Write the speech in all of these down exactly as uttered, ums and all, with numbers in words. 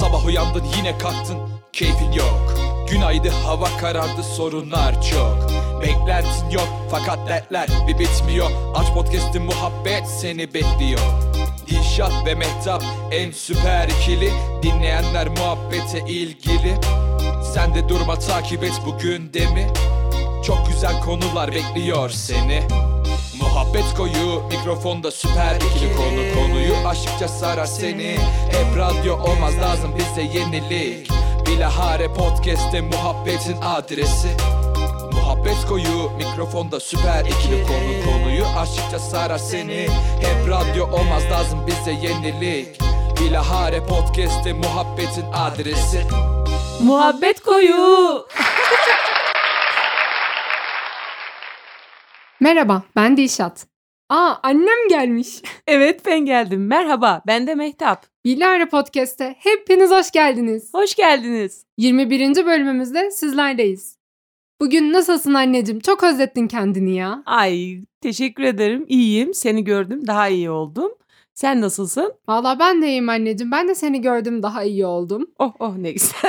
Sabah uyandın yine kalktın, keyfin yok. Günaydın, hava karardı, sorunlar çok. Beklentin yok fakat dertler bir bitmiyor. Aç podcast'ı, muhabbet seni bekliyor. Dilşat ve Mehtap en süper ikili. Dinleyenler muhabbete ilgili. Sen de durma, takip et bu gündemi. Çok güzel konular bekliyor seni. Muhabbet koyu, mikrofonda süper ikili. Konu konuyu aşıkça sarar seni. Hep radyo olmaz, lazım bize yenilik. Bilahare podcast'te muhabbetin adresi. Muhabbet koyu, mikrofonda süper ikili. Konu konuyu aşıkça sarar seni. Hep radyo olmaz, lazım bize yenilik. Bilahare podcast'te muhabbetin adresi. Muhabbet koyu. Merhaba, ben Dilşat. Aa, annem gelmiş. Evet, ben geldim. Merhaba, ben de Mehtap. Bilahare Podcast'te hepiniz hoş geldiniz. Hoş geldiniz. yirmi birinci bölümümüzde sizlerleyiz. Bugün nasılsın anneciğim? Çok özlettin kendini ya. Ay, teşekkür ederim. İyiyim. Seni gördüm, daha iyi oldum. Sen nasılsın? Valla ben de iyiyim anneciğim. Ben de seni gördüm, daha iyi oldum. Oh oh, ne güzel.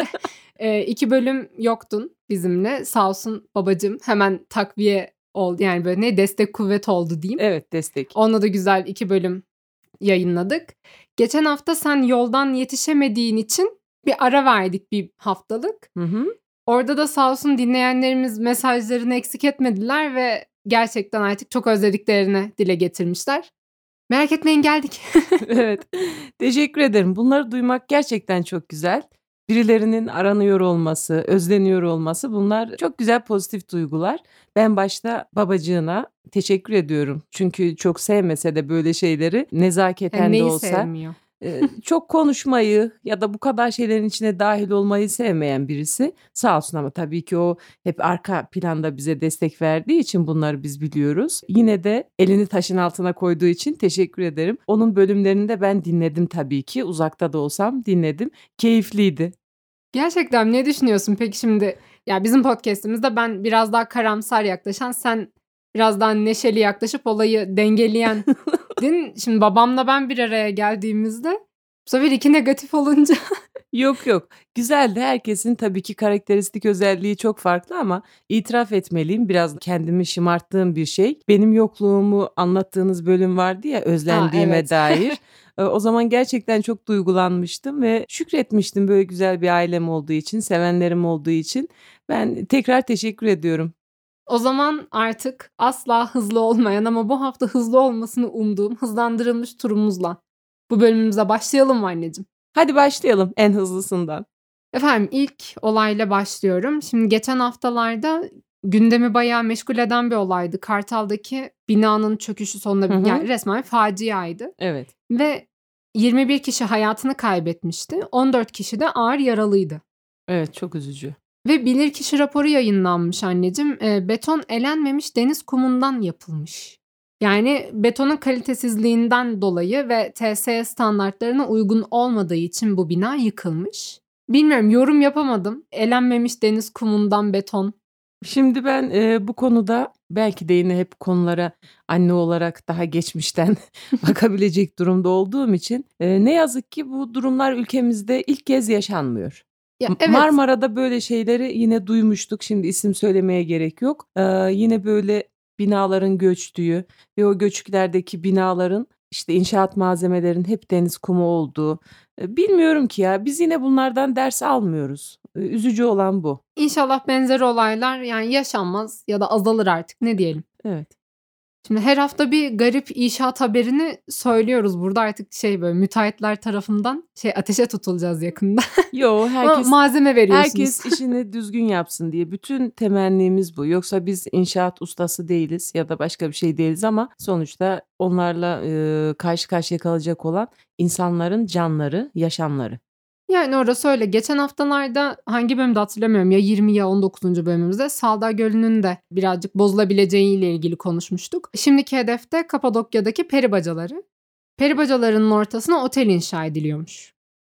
e, iki bölüm yoktun bizimle. Sağ olsun babacığım hemen takviye oldu. Yani böyle ne destek kuvvet oldu diyeyim. Evet, destek. Onunla da güzel iki bölüm yayınladık. Geçen hafta sen yoldan yetişemediğin için bir ara verdik bir haftalık. Hı hı. Orada da sağ olsun dinleyenlerimiz mesajlarını eksik etmediler ve gerçekten artık çok özlediklerini dile getirmişler. Merak etmeyin, geldik. Evet, teşekkür ederim. Bunları duymak gerçekten çok güzel. Birilerinin aranıyor olması, özleniyor olması, bunlar çok güzel pozitif duygular. Ben başta babacığına teşekkür ediyorum. Çünkü çok sevmese de böyle şeyleri nezaketen Yani de neyi olsa sevmiyor? e, çok konuşmayı ya da bu kadar şeylerin içine dahil olmayı sevmeyen birisi. Sağ olsun, ama tabii ki o hep arka planda bize destek verdiği için bunları biz biliyoruz. Yine de elini taşın altına koyduğu için teşekkür ederim. Onun bölümlerini de ben dinledim tabii ki. Uzakta da olsam dinledim. Keyifliydi. Gerçekten ne düşünüyorsun peki şimdi? Ya bizim podcast'imizde ben biraz daha karamsar yaklaşan, sen biraz daha neşeli yaklaşıp olayı dengeleyendin. Şimdi babamla ben bir araya geldiğimizde bu sefer iki negatif olunca. Yok yok, güzeldi. Herkesin tabii ki karakteristik özelliği çok farklı, ama itiraf etmeliyim, biraz kendimi şımarttığım bir şey. Benim yokluğumu anlattığınız bölüm vardı ya, özlendiğime evet. dair. E, O zaman gerçekten çok duygulanmıştım ve şükretmiştim böyle güzel bir ailem olduğu için, sevenlerim olduğu için. Ben tekrar teşekkür ediyorum. O zaman artık asla hızlı olmayan ama bu hafta hızlı olmasını umduğum hızlandırılmış turumuzla bu bölümümüze başlayalım mı anneciğim? Hadi başlayalım en hızlısından. Efendim, ilk olayla başlıyorum. Şimdi geçen haftalarda gündemi bayağı meşgul eden bir olaydı. Kartal'daki binanın çöküşü sonunda Hı hı. yani resmen faciaydı. Evet. Ve yirmi bir kişi hayatını kaybetmişti. on dört kişi de ağır yaralıydı. Evet, çok üzücü. Ve bilirkişi raporu yayınlanmış anneciğim. E, beton elenmemiş deniz kumundan yapılmış. Yani betonun kalitesizliğinden dolayı ve T S E standartlarına uygun olmadığı için bu bina yıkılmış. Bilmiyorum, yorum yapamadım. Elenmemiş deniz kumundan beton. Şimdi ben e, bu konuda belki de yine hep konulara anne olarak daha geçmişten bakabilecek durumda olduğum için e, ne yazık ki bu durumlar ülkemizde ilk kez yaşanmıyor. Ya, M- evet. Marmara'da böyle şeyleri yine duymuştuk. Şimdi isim söylemeye gerek yok. Ee, yine böyle binaların göçtüğü ve o göçüklerdeki binaların işte inşaat malzemelerinin hep deniz kumu olduğu. E, bilmiyorum ki ya, biz yine bunlardan ders almıyoruz. E, üzücü olan bu. İnşallah benzeri olaylar yani yaşanmaz ya da azalır artık, ne diyelim. Evet. Şimdi her hafta bir garip inşaat haberini söylüyoruz. Burada artık şey böyle müteahhitler tarafından şey ateşe tutulacağız yakında. Yo, Ama herkes malzeme veriyorsunuz. herkes işini düzgün yapsın diye. Bütün temennimiz bu. Yoksa biz inşaat ustası değiliz ya da başka bir şey değiliz, ama sonuçta onlarla e, karşı karşıya kalacak olan insanların canları, yaşamları. Yani orası öyle. Geçen haftalarda hangi bölümde hatırlamıyorum, ya yirmi ya on dokuzuncu bölümümüzde Salda Gölü'nün de birazcık bozulabileceğiyle ilgili konuşmuştuk. Şimdiki hedefte Kapadokya'daki peri bacaları. Peri bacalarının ortasına otel inşa ediliyormuş.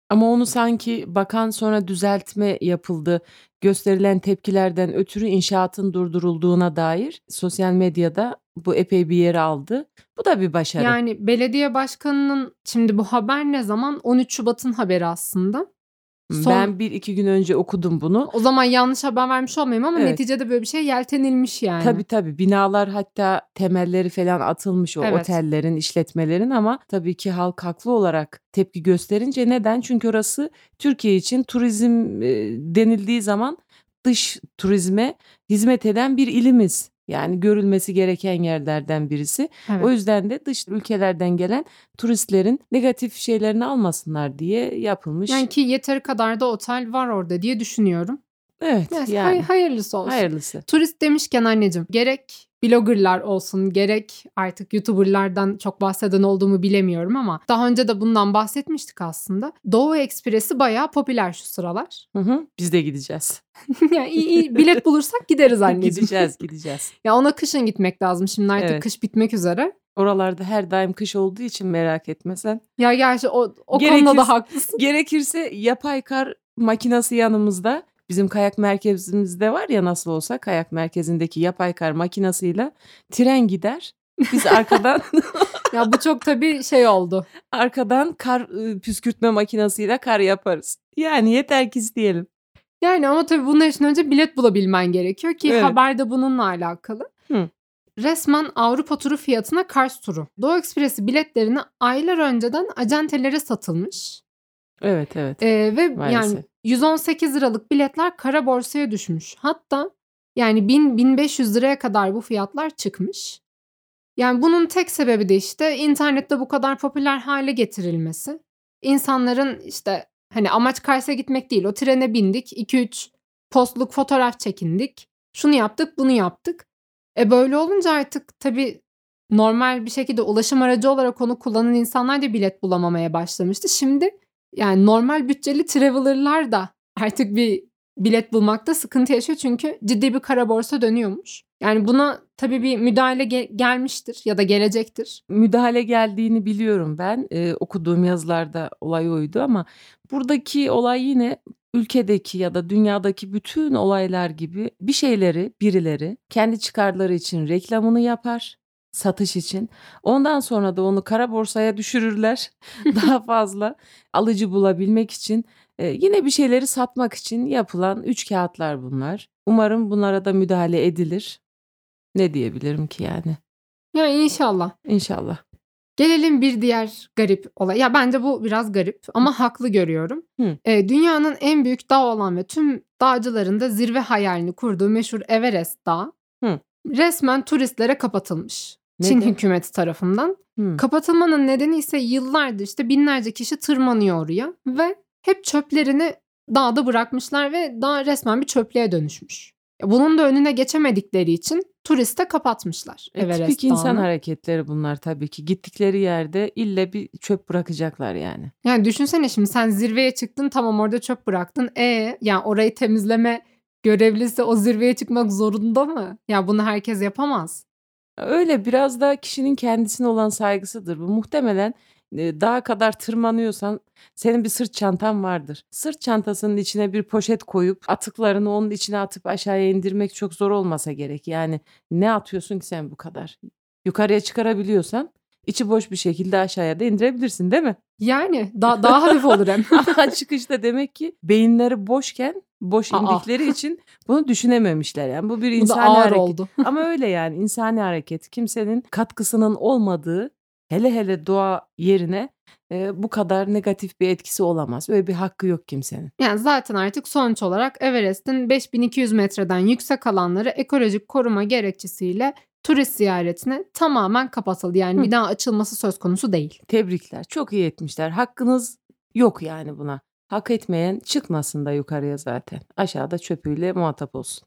Ama onu sanki bakan sonra düzeltme yapıldı. Gösterilen tepkilerden ötürü inşaatın durdurulduğuna dair sosyal medyada bu epey bir yer aldı. Bu da bir başarı. Yani belediye başkanının şimdi bu haber ne zaman? on üç Şubat'ın haberi aslında. Son... Ben bir iki gün önce okudum bunu. O zaman yanlış haber vermiş olmayayım ama evet. Neticede böyle bir şey yeltenilmiş yani. Tabii tabii binalar hatta temelleri falan atılmış o evet. Otellerin, işletmelerin ama tabii ki halk haklı olarak tepki gösterince neden? Çünkü orası Türkiye için turizm e, denildiği zaman dış turizme hizmet eden bir ilimiz. Yani görülmesi gereken yerlerden birisi. Evet. O yüzden de dış ülkelerden gelen turistlerin negatif şeylerini almasınlar diye yapılmış. Yani ki yeteri kadar da otel var orada diye düşünüyorum. Evet. Yani, yani. Hay- hayırlısı olsun. Hayırlısı. Turist demişken anneciğim gerek bloggerlar olsun gerek artık YouTuber'lardan çok bahseden olduğumu bilemiyorum ama daha önce de bundan bahsetmiştik aslında. Doğu Ekspresi bayağı popüler şu sıralar. Hı hı, biz de gideceğiz. Yani iyi, iyi bilet bulursak gideriz anneciğim. Gideceğiz gideceğiz. Ya ona kışın gitmek lazım şimdi artık evet. Kış bitmek üzere. Oralarda her daim kış olduğu için merak etme sen. Ya gerçi o, o konuda da haklısın. Gerekirse yapay kar makinesi yanımızda. Bizim kayak merkezimizde var ya nasıl olsa kayak merkezindeki yapay kar makinasıyla tren gider. Biz arkadan... ya bu çok tabii şey oldu. Arkadan kar püskürtme makinesiyle kar yaparız. Yani yeter ki isteyelim. Yani ama tabii bunun için önce bilet bulabilmen gerekiyor ki evet. Haber de bununla alakalı. Hı. Resmen Avrupa turu fiyatına Kars turu. Doğu Ekspresi biletlerini aylar önceden acentelere satılmış. Evet evet. Ee, ve maalesef. Yani yüz on sekiz liralık biletler kara borsaya düşmüş. Hatta yani bin bin beş yüz liraya kadar bu fiyatlar çıkmış. Yani bunun tek sebebi de işte internette bu kadar popüler hale getirilmesi. İnsanların işte hani amaç Kars'a gitmek değil. O trene bindik, iki üç postluk fotoğraf çekindik. Şunu yaptık, bunu yaptık. E böyle olunca artık tabii normal bir şekilde ulaşım aracı olarak onu kullanan insanlar da bilet bulamamaya başlamıştı. Şimdi yani normal bütçeli traveler'lar da artık bir bilet bulmakta sıkıntı yaşıyor çünkü ciddi bir kara borsa dönüyormuş. Yani buna tabii bir müdahale ge- gelmiştir ya da gelecektir. Müdahale geldiğini biliyorum ben. Ee, okuduğum yazılarda olay oydu ama buradaki olay yine ülkedeki ya da dünyadaki bütün olaylar gibi bir şeyleri birileri kendi çıkarları için reklamını yapar. Satış için. Ondan sonra da onu kara borsaya düşürürler. Daha fazla alıcı bulabilmek için. Ee, yine bir şeyleri satmak için yapılan üç kağıtlar bunlar. Umarım bunlara da müdahale edilir. Ne diyebilirim ki yani? Ya inşallah. İnşallah. Gelelim bir diğer garip olay. Ya bence bu biraz garip ama haklı görüyorum. Ee, dünyanın en büyük dağı olan ve tüm dağcıların da zirve hayalini kurduğu meşhur Everest Dağı Hı. resmen turistlere kapatılmış. Neden? Çin hükümeti tarafından. Hmm. Kapatılmanın nedeni ise yıllardır işte binlerce kişi tırmanıyor oraya ve hep çöplerini dağda bırakmışlar ve dağ resmen bir çöplüğe dönüşmüş. Bunun da önüne geçemedikleri için turiste kapatmışlar. E, Everest tipik insan Dağı'nı. hareketleri bunlar tabii ki. Gittikleri yerde ille bir çöp bırakacaklar yani. Yani düşünsene şimdi sen zirveye çıktın tamam orada çöp bıraktın. E yani orayı temizleme görevlisi o zirveye çıkmak zorunda mı? Ya bunu herkes yapamaz. Öyle biraz da kişinin kendisine olan saygısıdır. Bu muhtemelen e, dağa kadar tırmanıyorsan senin bir sırt çantan vardır. Sırt çantasının içine bir poşet koyup atıklarını onun içine atıp aşağıya indirmek çok zor olmasa gerek. Yani ne atıyorsun ki sen bu kadar? Yukarıya çıkarabiliyorsan içi boş bir şekilde aşağıya da indirebilirsin değil mi? Yani da- daha hafif olur hem. Ama çıkışta demek ki beyinleri boşken boş indikleri için bunu düşünememişler. Yani bu bir insani bu hareket. Oldu. Ama öyle yani insani hareket. Kimsenin katkısının olmadığı hele hele doğa yerine e, bu kadar negatif bir etkisi olamaz. Öyle bir hakkı yok kimsenin. Yani zaten artık sonuç olarak Everest'in beş bin iki yüz metreden yüksek alanları ekolojik koruma gerekçesiyle turist ziyaretine tamamen kapatıldı. Yani Hı. bir daha açılması söz konusu değil. Tebrikler. Çok iyi etmişler. Hakkınız yok yani buna. Hak etmeyen çıkmasın da yukarıya zaten. Aşağıda çöpüyle muhatap olsun.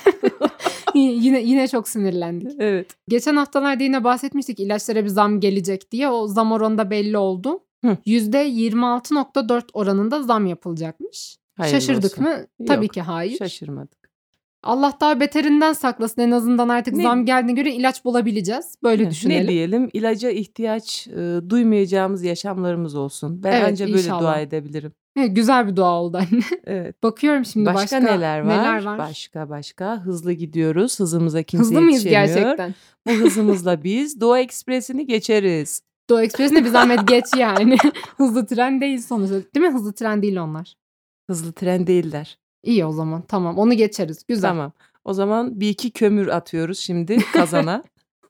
yine yine çok sinirlendik. Evet. Geçen haftalarda yine bahsetmiştik ilaçlara bir zam gelecek diye. O zam oranı da belli oldu. Hı. yüzde yirmi altı nokta dört oranında zam yapılacakmış. Hayırlı Şaşırdık olsun. mı? Yok, tabii ki hayır. Şaşırmadık. Allah daha beterinden saklasın. En azından artık ne? Zam geldiğine göre ilaç bulabileceğiz. Böyle ne, düşünelim. Ne diyelim? İlaca ihtiyaç e, duymayacağımız yaşamlarımız olsun. Ben evet, ancak böyle inşallah. Dua edebilirim. Evet, güzel bir dua oldu anne. Evet. Bakıyorum şimdi Başka, başka, neler var? neler var? Başka başka hızlı gidiyoruz. Hızımıza kimse Hızlı mıyız yetişemiyor. gerçekten? Bu hızımızla biz Doğu Ekspresi'ni geçeriz. Doğu Ekspresi'ne bir zahmet geç yani. Hızlı tren değil sonuçta. Değil mi? Hızlı tren değil onlar. Hızlı tren değiller. İyi o zaman. Tamam. Onu geçeriz. Güzel. Tamam. O zaman bir iki kömür atıyoruz şimdi kazana.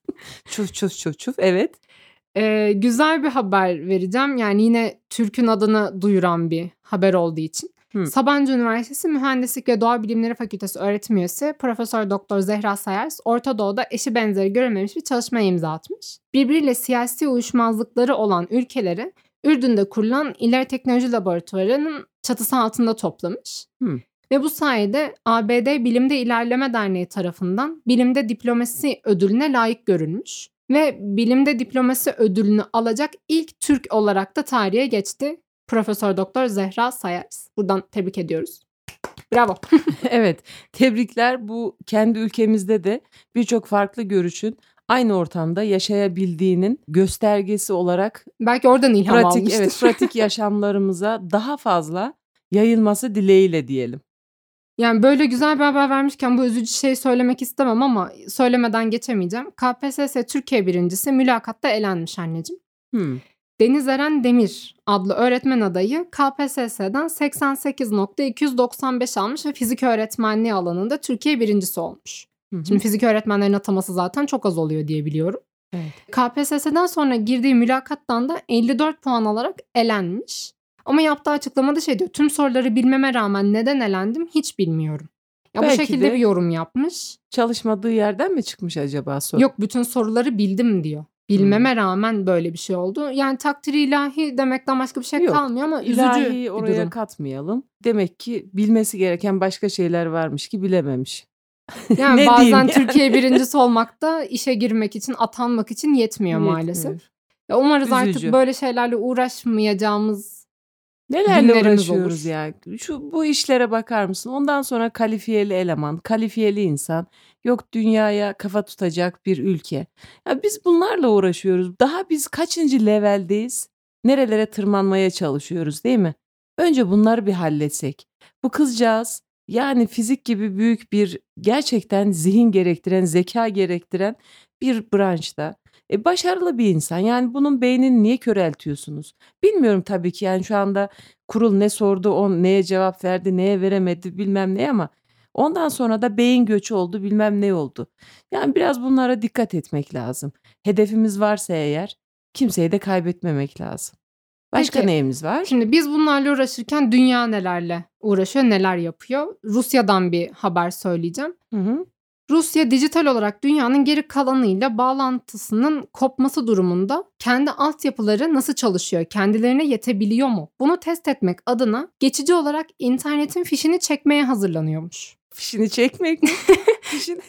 Çuf çuf çuf çuf. Evet. Ee, güzel bir haber vereceğim. Yani yine Türk'ün adını duyuran bir haber olduğu için. Hı. Sabancı Üniversitesi Mühendislik ve Doğa Bilimleri Fakültesi öğretim üyesi Profesör Doktor Zehra Sayers, Orta Doğu'da eşi benzeri görülmemiş bir çalışmaya imza atmış. Birbiriyle siyasi uyuşmazlıkları olan ülkeleri Ürdün'de kurulan İleri Teknoloji Laboratuvarı'nın çatısı altında toplamış. Hı. Ve bu sayede A B D Bilimde İlerleme Derneği tarafından Bilimde Diplomasi ödülüne layık görülmüş. Ve Bilimde Diplomasi ödülünü alacak ilk Türk olarak da tarihe geçti. Profesör Doktor Zehra Sayers. Buradan tebrik ediyoruz. Bravo. Evet. Tebrikler. Bu kendi ülkemizde de birçok farklı görüşün aynı ortamda yaşayabildiğinin göstergesi olarak Belki oradan ilham pratik almıştır. evet pratik yaşamlarımıza daha fazla yayılması dileğiyle diyelim. Yani böyle güzel bir haber vermişken bu üzücü şey söylemek istemem ama söylemeden geçemeyeceğim. K P S S Türkiye birincisi mülakatta elenmiş anneciğim. Hmm. Deniz Eren Demir adlı öğretmen adayı K P S S'den seksen sekiz nokta iki yüz doksan beş almış ve fizik öğretmenliği alanında Türkiye birincisi olmuş. Hı hı. Şimdi fizik öğretmenlerin ataması zaten çok az oluyor diye biliyorum. Evet. K P S S'den sonra girdiği mülakattan da elli dört puan alarak elenmiş. Ama yaptığı açıklamada şey diyor, tüm soruları bilmeme rağmen neden elendim hiç bilmiyorum. Ya bu Belki şekilde de bir yorum yapmış. Çalışmadığı yerden mi çıkmış acaba soru? Yok, bütün soruları bildim diyor. Bilmeme Hmm. rağmen böyle bir şey oldu. Yani takdiri ilahi demekten başka bir şey Yok, kalmıyor ama üzücü İlahi bir oraya durum. katmayalım. Demek ki bilmesi gereken başka şeyler varmış ki bilememiş. Yani Ne bazen diyeyim yani? Türkiye birincisi olmak da işe girmek için, atanmak için yetmiyor Yetmiyor. maalesef. Ya umarız Üzücü. artık böyle şeylerle uğraşmayacağımız Nelerle günlerimiz uğraşıyoruz olur. ya. Şu bu işlere bakar mısın? Ondan sonra kalifiyeli eleman, kalifiyeli insan, yok dünyaya kafa tutacak bir ülke. Ya biz bunlarla uğraşıyoruz. Daha biz kaçıncı leveldeyiz? Nerelere tırmanmaya çalışıyoruz, değil mi? Önce bunları bir halletsek. Bu kızcağız yani fizik gibi büyük bir gerçekten zihin gerektiren, zeka gerektiren bir branşta e, başarılı bir insan. Yani bunun beynini niye köreltiyorsunuz? Bilmiyorum tabii ki, yani şu anda kurul ne sordu, o neye cevap verdi, neye veremedi bilmem ne, ama ondan sonra da beyin göçü oldu, bilmem ne oldu. Yani biraz bunlara dikkat etmek lazım. Hedefimiz varsa eğer kimseyi de kaybetmemek lazım. Başka Peki, neyimiz var? Şimdi biz bunlarla uğraşırken dünya nelerle uğraşıyor, neler yapıyor? Rusya'dan bir haber söyleyeceğim. Hı hı. Rusya dijital olarak dünyanın geri kalanıyla bağlantısının kopması durumunda kendi altyapıları nasıl çalışıyor, kendilerine yetebiliyor mu? Bunu test etmek adına geçici olarak internetin fişini çekmeye hazırlanıyormuş. Fişini çekmek mi? Fişini...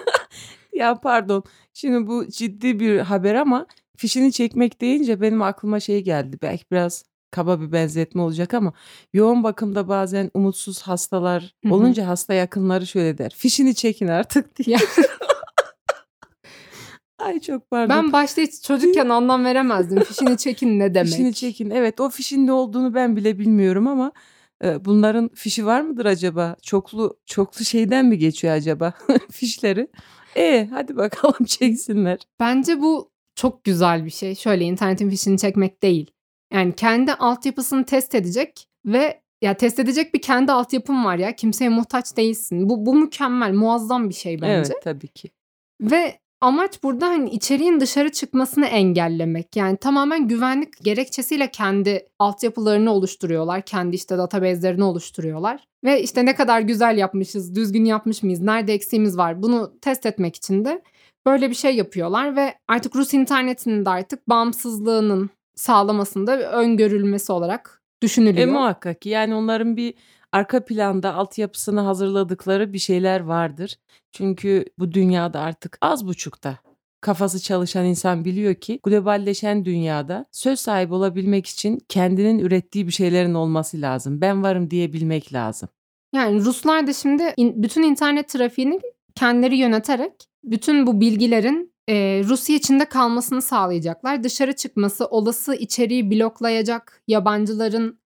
Ya pardon. Şimdi bu ciddi bir haber ama fişini çekmek deyince benim aklıma şey geldi. Belki biraz kaba bir benzetme olacak ama yoğun bakımda bazen umutsuz hastalar Hı hı. olunca hasta yakınları şöyle der. Fişini çekin artık diye. Ya, Ay çok pardon. ben başta hiç çocukken anlam veremezdim. Fişini çekin ne demek? Fişini çekin. Evet, o fişin ne olduğunu ben bile bilmiyorum ama e, bunların fişi var mıdır acaba? Çoklu çoklu şeyden mi geçiyor acaba fişleri? E hadi bakalım çeksinler. Bence bu çok güzel bir şey. Şöyle, internetin fişini çekmek değil. Yani kendi altyapısını test edecek ve ya test edecek bir kendi altyapın var ya. Kimseye muhtaç değilsin. Bu, bu mükemmel, muazzam bir şey bence. Evet tabii ki. Ve amaç burada hani içeriğin dışarı çıkmasını engellemek. Yani tamamen güvenlik gerekçesiyle kendi altyapılarını oluşturuyorlar. Kendi işte database'lerini oluşturuyorlar. Ve işte ne kadar güzel yapmışız, düzgün yapmış mıyız, nerede eksiğimiz var, bunu test etmek için de böyle bir şey yapıyorlar. Ve artık Rus internetinin de artık bağımsızlığının sağlamasında öngörülmesi olarak düşünülüyor. E muhakkak ki, yani onların bir arka planda altyapısını hazırladıkları bir şeyler vardır. Çünkü bu dünyada artık az buçukta kafası çalışan insan biliyor ki globalleşen dünyada söz sahibi olabilmek için kendinin ürettiği bir şeylerin olması lazım. Ben varım diyebilmek lazım. Yani Ruslar da şimdi in- bütün internet trafiğini kendileri yöneterek bütün bu bilgilerin e, Rusya içinde kalmasını sağlayacaklar. Dışarı çıkması, olası içeriği bloklayacak yabancıların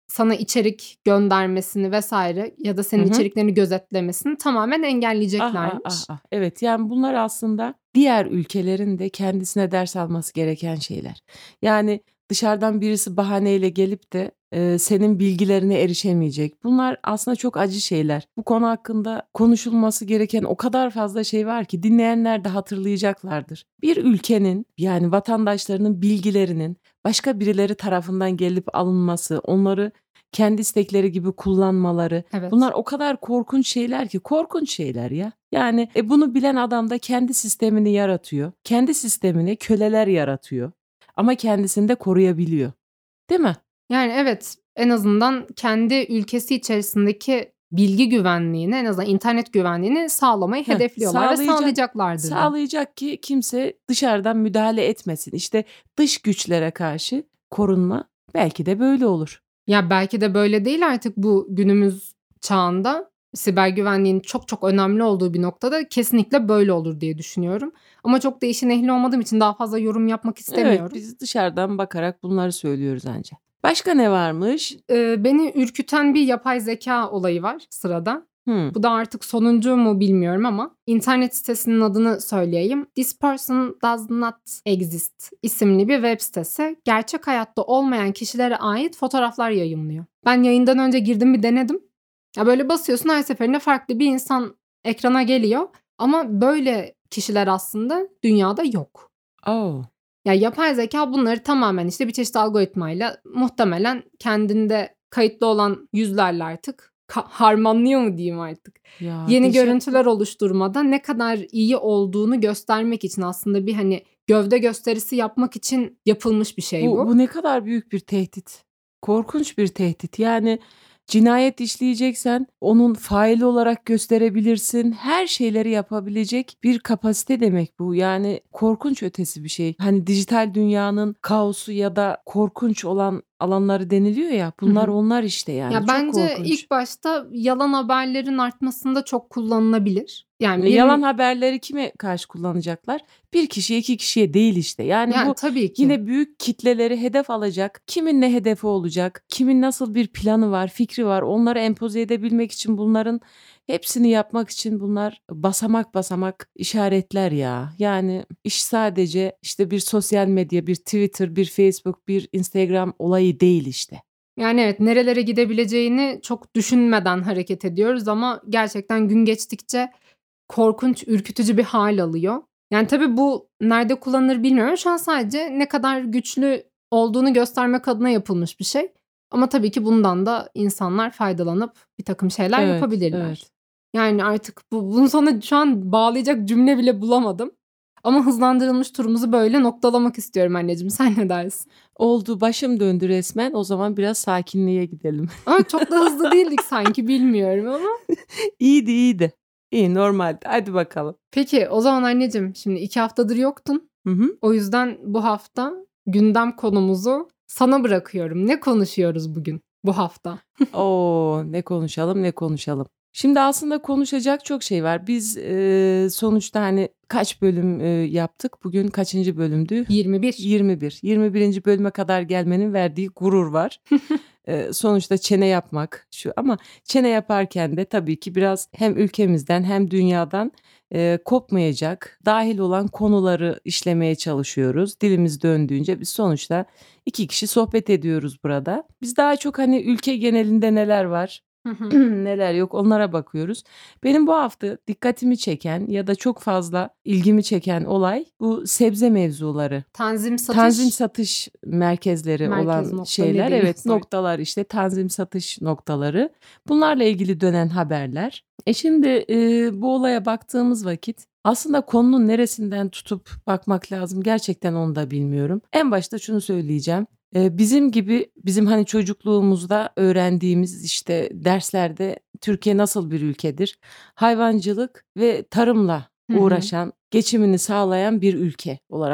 sana içerik göndermesini vesaire ya da senin Hı hı. içeriklerini gözetlemesini tamamen Ah ah engelleyeceklermiş. ah ah. Evet, yani bunlar aslında diğer ülkelerin de kendisine ders alması gereken şeyler. Yani dışarıdan birisi bahaneyle gelip de e, senin bilgilerine erişemeyecek. Bunlar aslında çok acı şeyler. Bu konu hakkında konuşulması gereken o kadar fazla şey var ki dinleyenler de hatırlayacaklardır. Bir ülkenin yani vatandaşlarının bilgilerinin başka birileri tarafından gelip alınması, onları kendi istekleri gibi kullanmaları, Evet. bunlar o kadar korkunç şeyler ki korkunç şeyler ya. Yani e, bunu bilen adam da kendi sistemini yaratıyor. Kendi sistemine köleler yaratıyor. Ama kendisini de koruyabiliyor. Değil mi? Yani evet, en azından kendi ülkesi içerisindeki bilgi güvenliğini, en azından internet güvenliğini sağlamayı Heh, hedefliyorlar ve sağlayacak, sağlayacaklardır da. sağlayacak ki kimse dışarıdan müdahale etmesin. İşte dış güçlere karşı korunma belki de böyle olur. Ya belki de böyle değil artık bu günümüz çağında siber güvenliğin çok çok önemli olduğu bir noktada kesinlikle böyle olur diye düşünüyorum. Ama çok da işin ehli olmadığım için daha fazla yorum yapmak Evet, istemiyorum. biz dışarıdan bakarak bunları söylüyoruz ancak. Başka ne varmış? Ee, beni ürküten bir yapay zeka olayı var sırada. Hmm. Bu da artık sonuncu mu bilmiyorum ama internet sitesinin adını söyleyeyim. This person does not exist isimli bir web sitesi gerçek hayatta olmayan kişilere ait fotoğraflar yayınlıyor. Ben yayından önce girdim bir denedim. Ya böyle basıyorsun her seferinde farklı bir insan ekrana geliyor ama böyle kişiler aslında dünyada yok. Oh. Ya yapay zeka bunları tamamen işte bir çeşit algoritmayla muhtemelen kendinde kayıtlı olan yüzlerle artık ka- harmanlıyor mu diyeyim artık. Ya Yeni dehşet. görüntüler oluşturmada ne kadar iyi olduğunu göstermek için aslında bir hani gövde gösterisi yapmak için yapılmış bir şey bu. Bu, bu ne kadar büyük bir tehdit. Korkunç bir tehdit. Yani cinayet işleyeceksen onun faili olarak gösterebilirsin. Her şeyleri yapabilecek bir kapasite demek bu. Yani korkunç ötesi bir şey. Hani dijital dünyanın kaosu ya da korkunç olan alanları deniliyor ya. Bunlar Hı hı. onlar işte yani. Ya Çok bence korkunç. ilk başta yalan haberlerin artmasında çok kullanılabilir. Yani E, bir Yalan haberleri kime karşı kullanacaklar? Bir kişiye iki kişiye değil işte. Yani yani bu tabii ki. yine büyük kitleleri hedef alacak. Kimin ne hedefi olacak? Kimin nasıl bir planı var, fikri var? Onları empoze edebilmek için bunların hepsini yapmak için bunlar basamak basamak işaretler ya. Yani iş sadece işte bir sosyal medya, bir Twitter, bir Facebook, bir Instagram olayı değil işte. Yani evet, nerelere gidebileceğini çok düşünmeden hareket ediyoruz ama gerçekten gün geçtikçe korkunç, ürkütücü bir hal alıyor. Yani tabii bu nerede kullanılır bilmiyorum. Şu an sadece ne kadar güçlü olduğunu göstermek adına yapılmış bir şey. Ama tabii ki bundan da insanlar faydalanıp bir takım şeyler Evet, yapabilirler. evet. Yani artık bu, bunun sonra şu an bağlayacak cümle bile bulamadım. Ama hızlandırılmış turumuzu böyle noktalamak istiyorum anneciğim. Sen ne dersin? Oldu, başım döndü resmen. O zaman biraz sakinliğe gidelim. Ama çok da hızlı değildik sanki, bilmiyorum ama. İyiydi, iyiydi. İyi, normaldi. Hadi bakalım. Peki o zaman anneciğim, şimdi iki haftadır yoktun. Hı hı. O yüzden bu hafta gündem konumuzu sana bırakıyorum. Ne konuşuyoruz bugün bu hafta? Oo, ne konuşalım ne konuşalım. Şimdi aslında konuşacak çok şey var. Biz e, sonuçta hani kaç bölüm e, yaptık? Bugün kaçıncı bölümdü? yirmi bir. yirmi bir. yirmi birinci bölüme kadar gelmenin verdiği gurur var. e, sonuçta çene yapmak şu ama çene yaparken de tabii ki biraz hem ülkemizden hem dünyadan e, kopmayacak dahil olan konuları işlemeye çalışıyoruz. Dilimiz döndüğünce biz sonuçta iki kişi sohbet ediyoruz burada. Biz daha çok hani ülke genelinde neler var, neler yok onlara bakıyoruz. Benim bu hafta dikkatimi çeken ya da çok fazla ilgimi çeken olay bu sebze mevzuları. Tanzim satış. Tanzim satış merkezleri Merkez olan nokta şeyler, dediğimiz evet, artık. noktalar işte tanzim satış noktaları. Bunlarla ilgili dönen haberler. E şimdi e, bu olaya baktığımız vakit aslında konunun neresinden tutup bakmak lazım gerçekten onu da bilmiyorum. En başta şunu söyleyeceğim. E, bizim gibi bizim hani çocukluğumuzda öğrendiğimiz işte derslerde Türkiye nasıl bir ülkedir? Hayvancılık ve tarımla Hı hı. uğraşan, geçimini sağlayan bir ülke olarak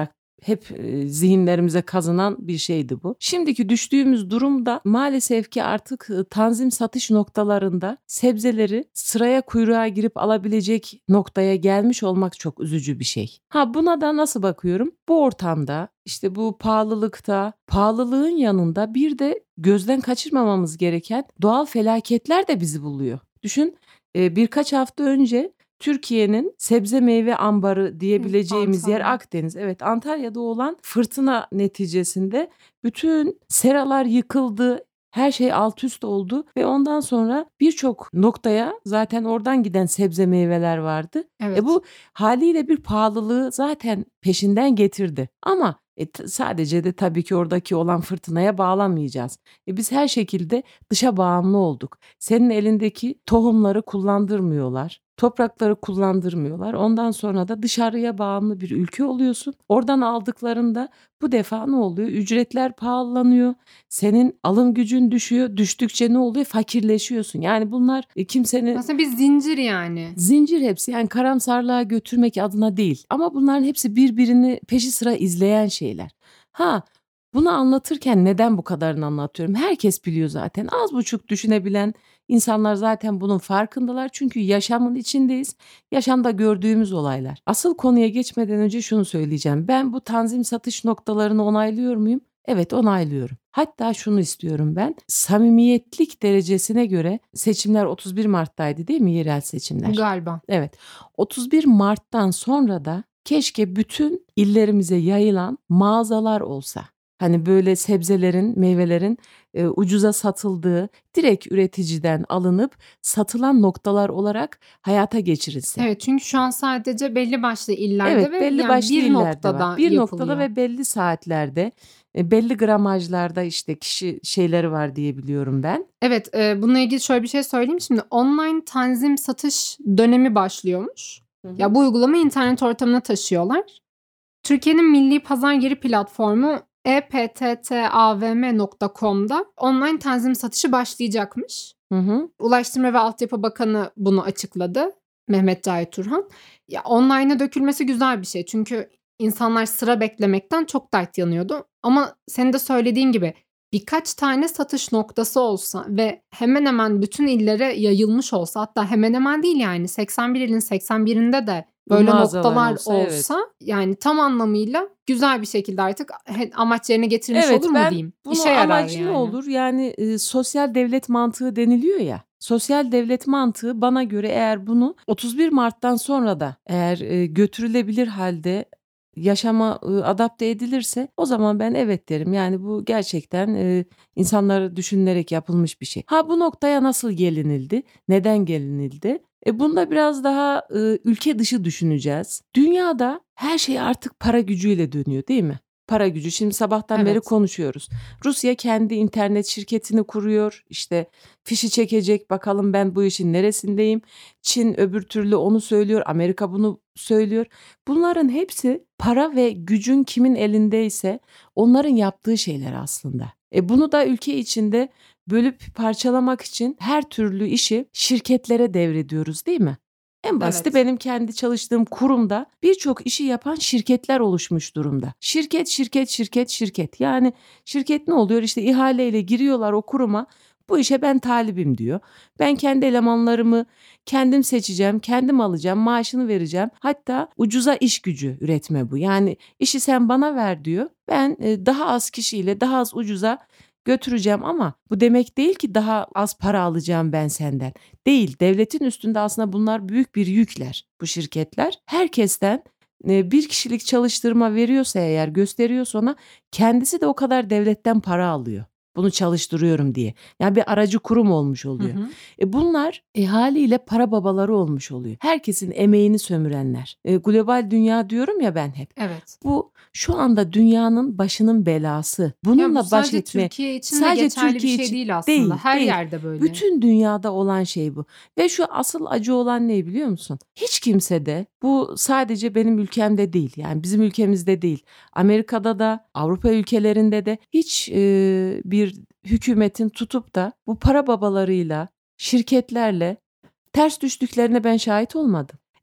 hep e, zihinlerimize kazınan bir şeydi bu. Şimdiki düştüğümüz durumda maalesef ki artık e, tanzim satış noktalarında sebzeleri sıraya kuyruğa girip alabilecek noktaya gelmiş olmak çok üzücü bir şey. Ha, buna da nasıl bakıyorum? Bu ortamda işte bu pahalılıkta, pahalılığın yanında bir de gözden kaçırmamamız gereken doğal felaketler de bizi buluyor. Düşün, e, birkaç hafta önce Türkiye'nin sebze meyve ambarı diyebileceğimiz yer Antalya. Akdeniz. Evet, Antalya'da olan fırtına neticesinde bütün seralar yıkıldı. Her şey alt üst oldu ve ondan sonra birçok noktaya zaten oradan giden sebze meyveler vardı. Evet. E bu haliyle bir pahalılığı zaten peşinden getirdi. Ama e, t- sadece de tabii ki oradaki olan fırtınaya bağlamayacağız. E, biz her şekilde dışa bağımlı olduk. Senin elindeki tohumları kullandırmıyorlar. Toprakları kullandırmıyorlar. Ondan sonra da dışarıya bağımlı bir ülke oluyorsun. Oradan aldıklarında bu defa ne oluyor? Ücretler pahalanıyor. Senin alım gücün düşüyor. Düştükçe ne oluyor? Fakirleşiyorsun. Yani bunlar e, kimsenin Aslında bir zincir yani. zincir hepsi, yani karamsarlığa götürmek adına değil. Ama bunların hepsi birbirini peşi sıra izleyen şeyler. Ha, bunu anlatırken neden bu kadarını anlatıyorum? Herkes biliyor zaten. Az buçuk düşünebilen insanlar zaten bunun farkındalar. Çünkü yaşamın içindeyiz. Yaşamda gördüğümüz olaylar. Asıl konuya geçmeden önce şunu söyleyeceğim. Ben bu tanzim satış noktalarını onaylıyor muyum? Evet, onaylıyorum. Hatta şunu istiyorum ben. Samimiyetlik derecesine göre seçimler otuz bir Mart'taydı değil mi, yerel seçimler? Galiba. Evet. otuz bir Mart'tan sonra da keşke bütün illerimize yayılan mağazalar olsa. Hani böyle sebzelerin, meyvelerin e, ucuza satıldığı, direkt üreticiden alınıp satılan noktalar olarak hayata geçirilse. Evet, çünkü şu an sadece belli başlı illerde Evet, ve belli yani başlı bir illerde noktada var. Bir yapılıyor. noktada ve belli saatlerde, e, belli gramajlarda işte kişi şeyleri var diye biliyorum ben. Evet, e, bununla ilgili şöyle bir şey söyleyeyim. Şimdi online tanzim satış dönemi başlıyormuş. Ya bu uygulamayı internet ortamına taşıyorlar. Türkiye'nin milli pazar yeri platformu e p t t a v m nokta com'da online tanzim satışı başlayacakmış. Hı hı. Ulaştırma ve Altyapı Bakanı bunu açıkladı. Mehmet Cahit Turhan. Ya online'a dökülmesi güzel bir şey. Çünkü insanlar sıra beklemekten çok dert yanıyordu. Ama senin de söylediğin gibi birkaç tane satış noktası olsa ve hemen hemen bütün illere yayılmış olsa, hatta hemen hemen değil yani seksen bir ilin seksen birinde de böyle Mağazalar noktalar olsa, olsa, evet. yani tam anlamıyla güzel bir şekilde artık he- amaç yerine getirilmiş Evet, olur mu ben diyeyim. bunun İşe yarar amacı yani. ne olur? Yani e, sosyal devlet mantığı deniliyor ya. Sosyal devlet mantığı bana göre eğer bunu otuz bir Mart'tan sonra da eğer e, götürülebilir halde yaşama e, adapte edilirse, o zaman ben evet derim. Yani bu gerçekten e, insanları düşünülerek yapılmış bir şey. Ha, bu noktaya nasıl gelinildi? Neden gelinildi? E bunda biraz daha e, ülke dışı düşüneceğiz. Dünyada her şey artık para gücüyle dönüyor değil mi? Para gücü. Şimdi sabahtan beri Evet. konuşuyoruz. Rusya kendi internet şirketini kuruyor. İşte fişi çekecek, bakalım ben bu işin neresindeyim. Çin öbür türlü onu söylüyor. Amerika bunu söylüyor. Bunların hepsi para ve gücün kimin elindeyse onların yaptığı şeyler aslında. E bunu da ülke içinde bölüp parçalamak için her türlü işi şirketlere devrediyoruz değil mi? En basiti Evet. benim kendi çalıştığım kurumda birçok işi yapan şirketler oluşmuş durumda. Şirket, şirket, şirket, şirket. Yani şirket ne oluyor? İşte ihaleyle giriyorlar o kuruma. Bu işe ben talibim diyor. Ben kendi elemanlarımı kendim seçeceğim, kendim alacağım, maaşını vereceğim. Hatta ucuza iş gücü üretme bu. Yani işi sen bana ver diyor. Ben e, daha az kişiyle daha az ucuza götüreceğim, ama bu demek değil ki daha az para alacağım ben senden. Değil. Devletin üstünde aslında bunlar büyük bir yükler, bu şirketler. Herkesten e, bir kişilik çalıştırma veriyorsa, eğer gösteriyorsa ona, kendisi de o kadar devletten para alıyor. Bunu çalıştırıyorum diye. Yani bir aracı kurum olmuş Hı oluyor. hı. E bunlar e, haliyle para babaları olmuş oluyor. Herkesin emeğini sömürenler. E, global dünya diyorum ya ben hep. Evet. Bu şu anda dünyanın başının belası. Ya Bununla bu baş sadece etme. Türkiye için de Sadece geçerli Türkiye bir şey için değil aslında. değil, Her değil. yerde böyle. Bütün dünyada olan şey bu. Ve şu asıl acı olan ne biliyor musun? Hiç kimse de, bu sadece benim ülkemde değil, yani bizim ülkemizde değil, Amerika'da da, Avrupa ülkelerinde de hiç e, bir hükümetin tutup da bu para babalarıyla, şirketlerle ters düştüklerine ben şahit olmadım.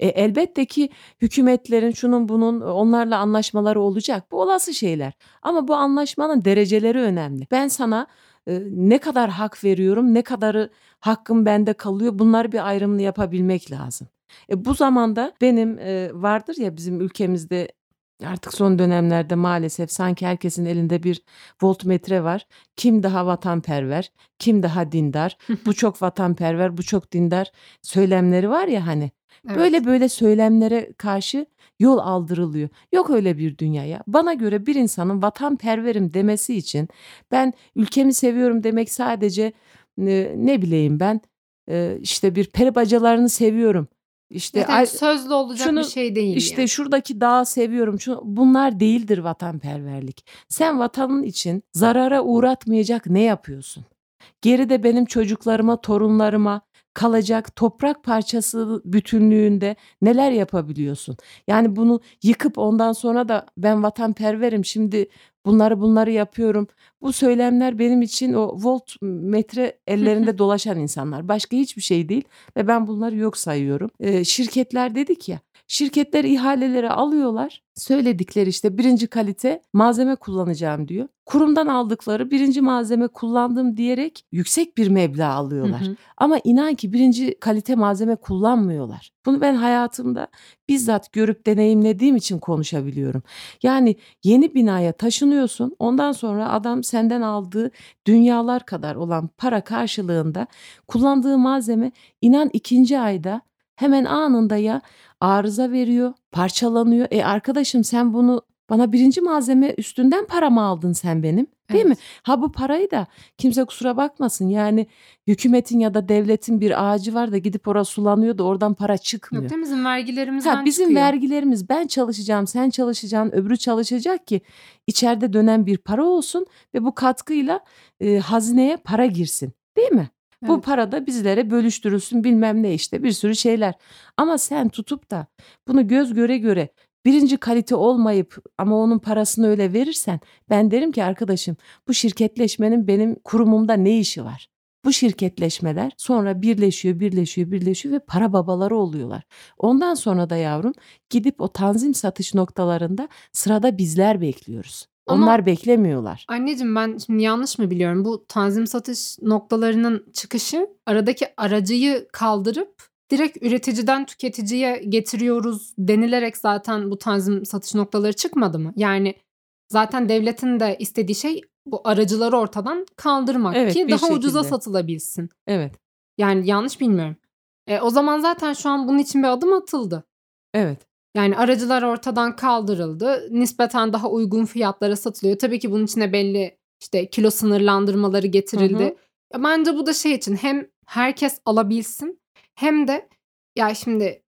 E, elbette ki hükümetlerin şunun bunun onlarla anlaşmaları olacak. Bu olası şeyler. Ama bu anlaşmanın dereceleri önemli. Ben sana e, ne kadar hak veriyorum, ne kadarı hakkım bende kalıyor, bunları bir ayrımını yapabilmek lazım. E, bu zamanda benim e, vardır ya bizim ülkemizde artık son dönemlerde maalesef sanki herkesin elinde bir voltmetre var. Kim daha vatanperver, kim daha dindar, bu çok vatanperver, bu çok dindar söylemleri var ya hani. Evet. Böyle böyle söylemlere karşı yol aldırılıyor. Yok öyle bir dünyaya. Bana göre bir insanın vatanperverim demesi için ben ülkemi seviyorum demek sadece e, ne bileyim ben e, işte bir peri bacalarını seviyorum. İşte Evet, ay- evet, sözlü olacak şunu bir şey değil işte yani. şuradaki dağı seviyorum. Şu, bunlar değildir vatanperverlik. Sen vatanın için zarara uğratmayacak ne yapıyorsun? Geride benim çocuklarıma, torunlarıma kalacak toprak parçası bütünlüğünde neler yapabiliyorsun? Yani bunu yıkıp ondan sonra da ben vatanperverim, şimdi bunları bunları yapıyorum. Bu söylemler benim için o voltmetre ellerinde dolaşan insanlar. Başka hiçbir şey değil ve ben bunları yok sayıyorum. Ee, şirketler dedik ya. Şirketler ihaleleri alıyorlar. Söyledikleri işte birinci kalite malzeme kullanacağım diyor. Kurumdan aldıkları birinci malzeme kullandım diyerek yüksek bir meblağ alıyorlar. Hı hı. Ama inan ki birinci kalite malzeme kullanmıyorlar. Bunu ben hayatımda bizzat görüp deneyimlediğim için konuşabiliyorum. Yani yeni binaya taşınıyorsun. Ondan sonra adam senden aldığı dünyalar kadar olan para karşılığında kullandığı malzeme inan ikinci ayda hemen anında ya arıza veriyor, parçalanıyor. E arkadaşım sen bunu bana birinci malzeme üstünden para mı aldın sen benim? Değil mi? Evet. Ha bu parayı da kimse kusura bakmasın. Yani hükümetin ya da devletin bir ağacı var da gidip orası sulanıyor da oradan para çıkmıyor. Yok değil mi? Bizim vergilerimizden Ha, bizim çıkıyor. vergilerimiz ben çalışacağım, sen çalışacaksın, öbürü çalışacak ki içeride dönen bir para olsun ve bu katkıyla e, hazineye para girsin. Değil mi? Bu Evet. para da bizlere bölüştürülsün bilmem ne işte bir sürü şeyler. Ama sen tutup da bunu göz göre göre birinci kalite olmayıp ama onun parasını öyle verirsen ben derim ki arkadaşım bu şirketleşmenin benim kurumumda ne işi var? Bu şirketleşmeler sonra birleşiyor, birleşiyor, birleşiyor ve para babaları oluyorlar. Ondan sonra da yavrum gidip o tanzim satış noktalarında sırada bizler bekliyoruz. Ama- Onlar beklemiyorlar. Anneciğim ben şimdi yanlış mı biliyorum? Bu tanzim satış noktalarının çıkışı aradaki aracıyı kaldırıp direkt üreticiden tüketiciye getiriyoruz denilerek zaten bu tanzim satış noktaları çıkmadı mı? Yani zaten devletin de istediği şey bu aracıları ortadan kaldırmak Evet, ki bir daha ucuza şekilde. satılabilsin. Evet, Yani yanlış bilmiyorum. E, o zaman zaten şu an bunun için bir adım atıldı. evet. Yani aracılar ortadan kaldırıldı. Nispeten daha uygun fiyatlara satılıyor. Tabii ki bunun içine belli işte kilo sınırlandırmaları getirildi. Hı hı. Ya bence bu da şey için hem herkes alabilsin hem de ya şimdi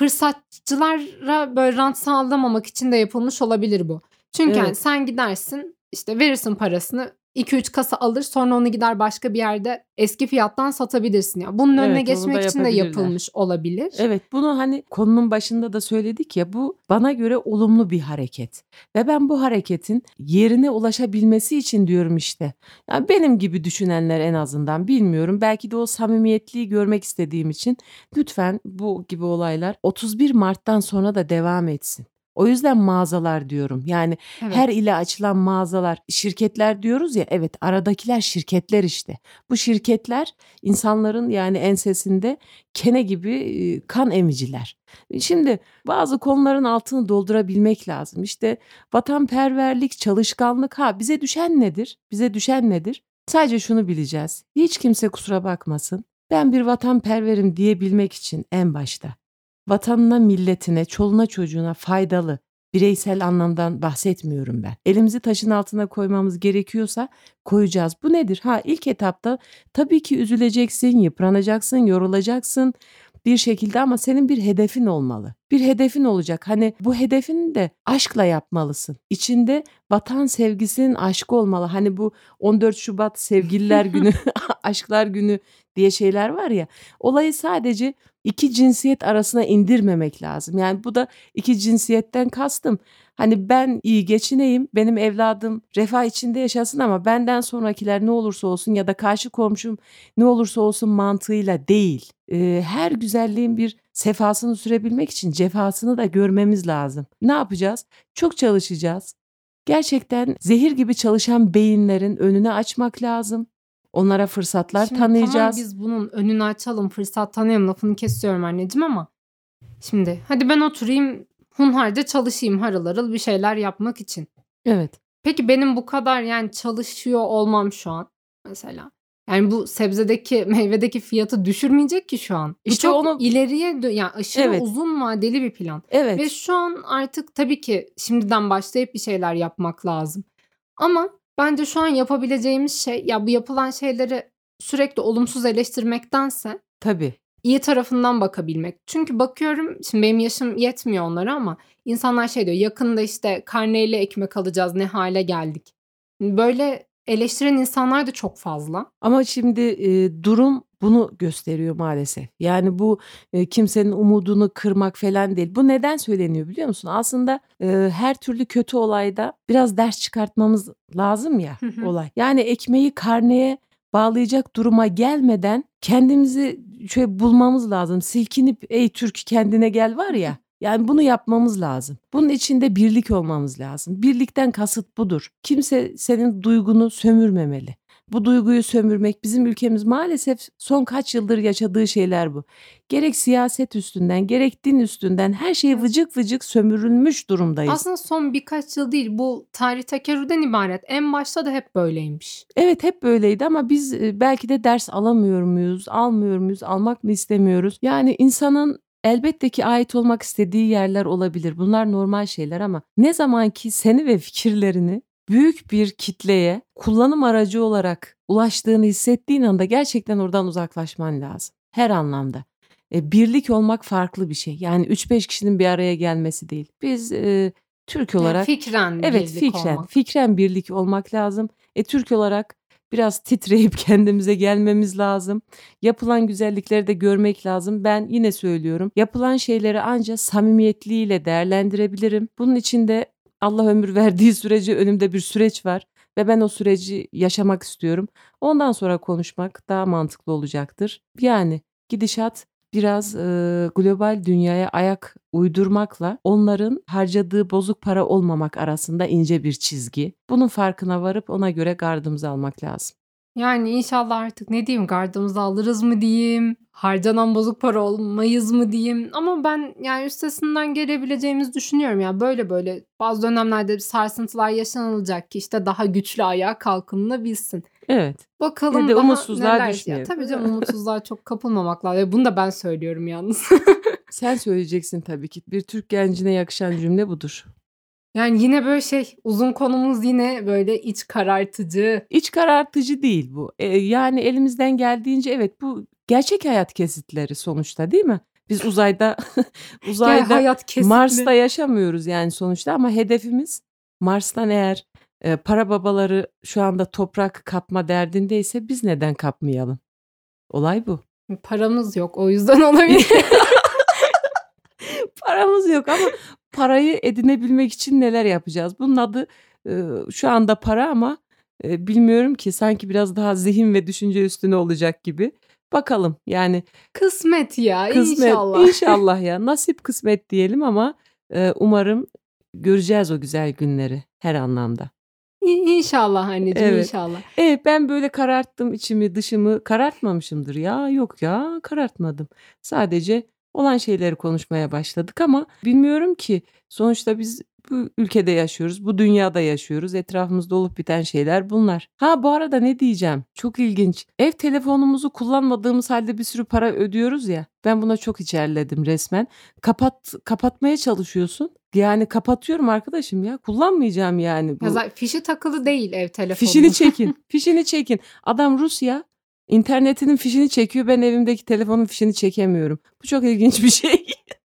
fırsatçılara böyle rant sağlamamak için de yapılmış olabilir bu. Çünkü yani Evet. sen gidersin işte verirsin parasını iki üç kasa alır sonra onu gider başka bir yerde eski fiyattan satabilirsin. Ya bunun önüne Evet, onu da geçmek için de yapabilirler. yapılmış olabilir. Evet, bunu hani konunun başında da söyledik ya, bu bana göre olumlu bir hareket. Ve ben bu hareketin yerine ulaşabilmesi için diyorum işte. Yani benim gibi düşünenler en azından bilmiyorum. Belki de o samimiyetliği görmek istediğim için lütfen bu gibi olaylar otuz bir Mart'tan sonra da devam etsin. O yüzden mağazalar diyorum. Yani Evet. her ile açılan mağazalar, şirketler diyoruz ya, evet aradakiler şirketler işte. Bu şirketler insanların yani ensesinde kene gibi e, kan emiciler. Şimdi bazı konuların altını doldurabilmek lazım. İşte vatanperverlik, çalışkanlık, ha bize düşen nedir? Bize düşen nedir? Sadece şunu bileceğiz. Hiç kimse kusura bakmasın. Ben bir vatanperverim diyebilmek için en başta vatanına, milletine, çoluğuna, çocuğuna faydalı, bireysel anlamdan bahsetmiyorum ben. Elimizi taşın altına koymamız gerekiyorsa koyacağız. Bu nedir? Ha ilk etapta tabii ki üzüleceksin, yıpranacaksın, yorulacaksın bir şekilde ama senin bir hedefin olmalı. Bir hedefin olacak. Hani bu hedefini de aşkla yapmalısın. İçinde vatan sevgisinin aşkı olmalı. Hani bu on dört Şubat Sevgililer Günü, Aşklar Günü diye şeyler var ya. Olayı sadece iki cinsiyet arasına indirmemek lazım. Yani bu da iki cinsiyetten kastım. Hani ben iyi geçineyim, benim evladım refah içinde yaşasın ama benden sonrakiler ne olursa olsun ya da karşı komşum ne olursa olsun mantığıyla değil. Ee, her güzelliğin bir sefasını sürebilmek için cefasını da görmemiz lazım. Ne yapacağız? Çok çalışacağız. Gerçekten zehir gibi çalışan beyinlerin önünü açmak lazım. Onlara fırsatlar Şimdi tanıyacağız. tamam biz bunun önünü açalım, fırsat tanıyalım, lafını kesiyorum anneciğim ama şimdi hadi ben oturayım hunharca çalışayım harıl harıl bir şeyler yapmak için. Evet. Peki benim bu kadar yani çalışıyor olmam şu an mesela. Yani bu sebzedeki meyvedeki fiyatı düşürmeyecek ki şu an. Bu İşte çok onu- ileriye dö- yani aşırı Evet. uzun vadeli bir plan. Evet. Ve şu an artık tabii ki şimdiden başlayıp bir şeyler yapmak lazım. Ama bence şu an yapabileceğimiz şey ya bu yapılan şeyleri sürekli olumsuz eleştirmektense Tabii. iyi tarafından bakabilmek. Çünkü bakıyorum şimdi benim yaşım yetmiyor onlara ama insanlar şey diyor yakında işte karneyle ekmek alacağız ne hale geldik. Böyle eleştiren insanlar da çok fazla. Ama şimdi e, durum bunu gösteriyor maalesef. Yani bu e, kimsenin umudunu kırmak falan değil. Bu neden söyleniyor biliyor musun? Aslında e, her türlü kötü olayda biraz ders çıkartmamız lazım ya Hı hı. olay. Yani ekmeği karneye bağlayacak duruma gelmeden kendimizi şöyle bulmamız lazım. Silkinip ey Türk kendine gel var ya. Yani bunu yapmamız lazım. Bunun içinde birlik olmamız lazım. Birlikten kasıt budur. Kimse senin duygunu sömürmemeli. Bu duyguyu sömürmek bizim ülkemiz maalesef son kaç yıldır yaşadığı şeyler bu. Gerek siyaset üstünden gerek din üstünden her şey Evet. vıcık vıcık sömürülmüş durumdayız. Aslında son birkaç yıl değil bu tarih tekerrürden ibaret. En başta da hep böyleymiş. Evet hep böyleydi ama biz e, belki de ders alamıyor muyuz, almıyor muyuz, almak mı istemiyoruz? Yani insanın elbette ki ait olmak istediği yerler olabilir. Bunlar normal şeyler ama ne zaman ki seni ve fikirlerini büyük bir kitleye kullanım aracı olarak ulaştığını hissettiğin anda gerçekten oradan uzaklaşman lazım. Her anlamda. E, birlik olmak farklı bir şey. Yani üç beş kişinin bir araya gelmesi değil. Biz e, Türk Yani olarak fikren evet birlik fikren, olmak. fikren birlik olmak lazım. E Türk olarak biraz titreyip kendimize gelmemiz lazım. Yapılan güzellikleri de görmek lazım. Ben yine söylüyorum. Yapılan şeyleri ancak samimiyetliğiyle değerlendirebilirim. Bunun için de Allah ömür verdiği sürece önümde bir süreç var ve ben o süreci yaşamak istiyorum. Ondan sonra konuşmak daha mantıklı olacaktır. Yani gidişat biraz e, global dünyaya ayak uydurmakla onların harcadığı bozuk para olmamak arasında ince bir çizgi. Bunun farkına varıp ona göre gardımızı almak lazım. Yani inşallah artık ne diyeyim gardımızı alırız mı diyeyim, harcanan bozuk para olmayız mı diyeyim. Ama ben yani üstesinden gelebileceğimizi düşünüyorum. Yani böyle böyle bazı dönemlerde sarsıntılar yaşanılacak ki işte daha güçlü ayağa kalkınılabilsin. Evet. Bakalım Bir de daha umutsuzluğa neler ya. düşmeyelim. Tabii canım umutsuzluğa çok kapılmamak lazım. Bunu da ben söylüyorum yalnız. Sen söyleyeceksin tabii ki. Bir Türk gencine yakışan cümle budur. Yani yine böyle şey uzun konumuz yine böyle iç karartıcı. İç karartıcı değil bu. E, yani elimizden geldiğince evet bu gerçek hayat kesitleri sonuçta değil mi? Biz uzayda Gel uzayda hayat kesitli. Mars'ta yaşamıyoruz yani sonuçta ama hedefimiz Mars'tan eğer e, para babaları şu anda toprak kapma derdindeyse biz neden kapmayalım? Olay bu. Paramız yok o yüzden olabilir. Paramız yok ama parayı edinebilmek için neler yapacağız? Bunun adı e, şu anda para ama e, bilmiyorum ki sanki biraz daha zihin ve düşünce üstüne olacak gibi. Bakalım yani Kısmet ya kısmet inşallah. inşallah ya nasip kısmet diyelim ama e, umarım göreceğiz o güzel günleri her anlamda. İ- İnşallah anneciğim Evet. inşallah. Evet ben böyle kararttım içimi dışımı karartmamışımdır ya yok ya karartmadım. Sadece olan şeyleri konuşmaya başladık ama bilmiyorum ki sonuçta biz bu ülkede yaşıyoruz, bu dünyada yaşıyoruz. Etrafımızda olup biten şeyler bunlar. Ha bu arada ne diyeceğim? Çok ilginç. Ev telefonumuzu kullanmadığımız halde bir sürü para ödüyoruz ya. Ben buna çok içerledim resmen. Kapat kapatmaya çalışıyorsun. Yani kapatıyorum arkadaşım ya. Kullanmayacağım yani Ya bu. zaten fişi takılı değil ev telefonu. Fişini çekin. Fişini çekin. Adam Rusya internetinin fişini çekiyor. Ben evimdeki telefonun fişini çekemiyorum. Bu çok ilginç bir şey.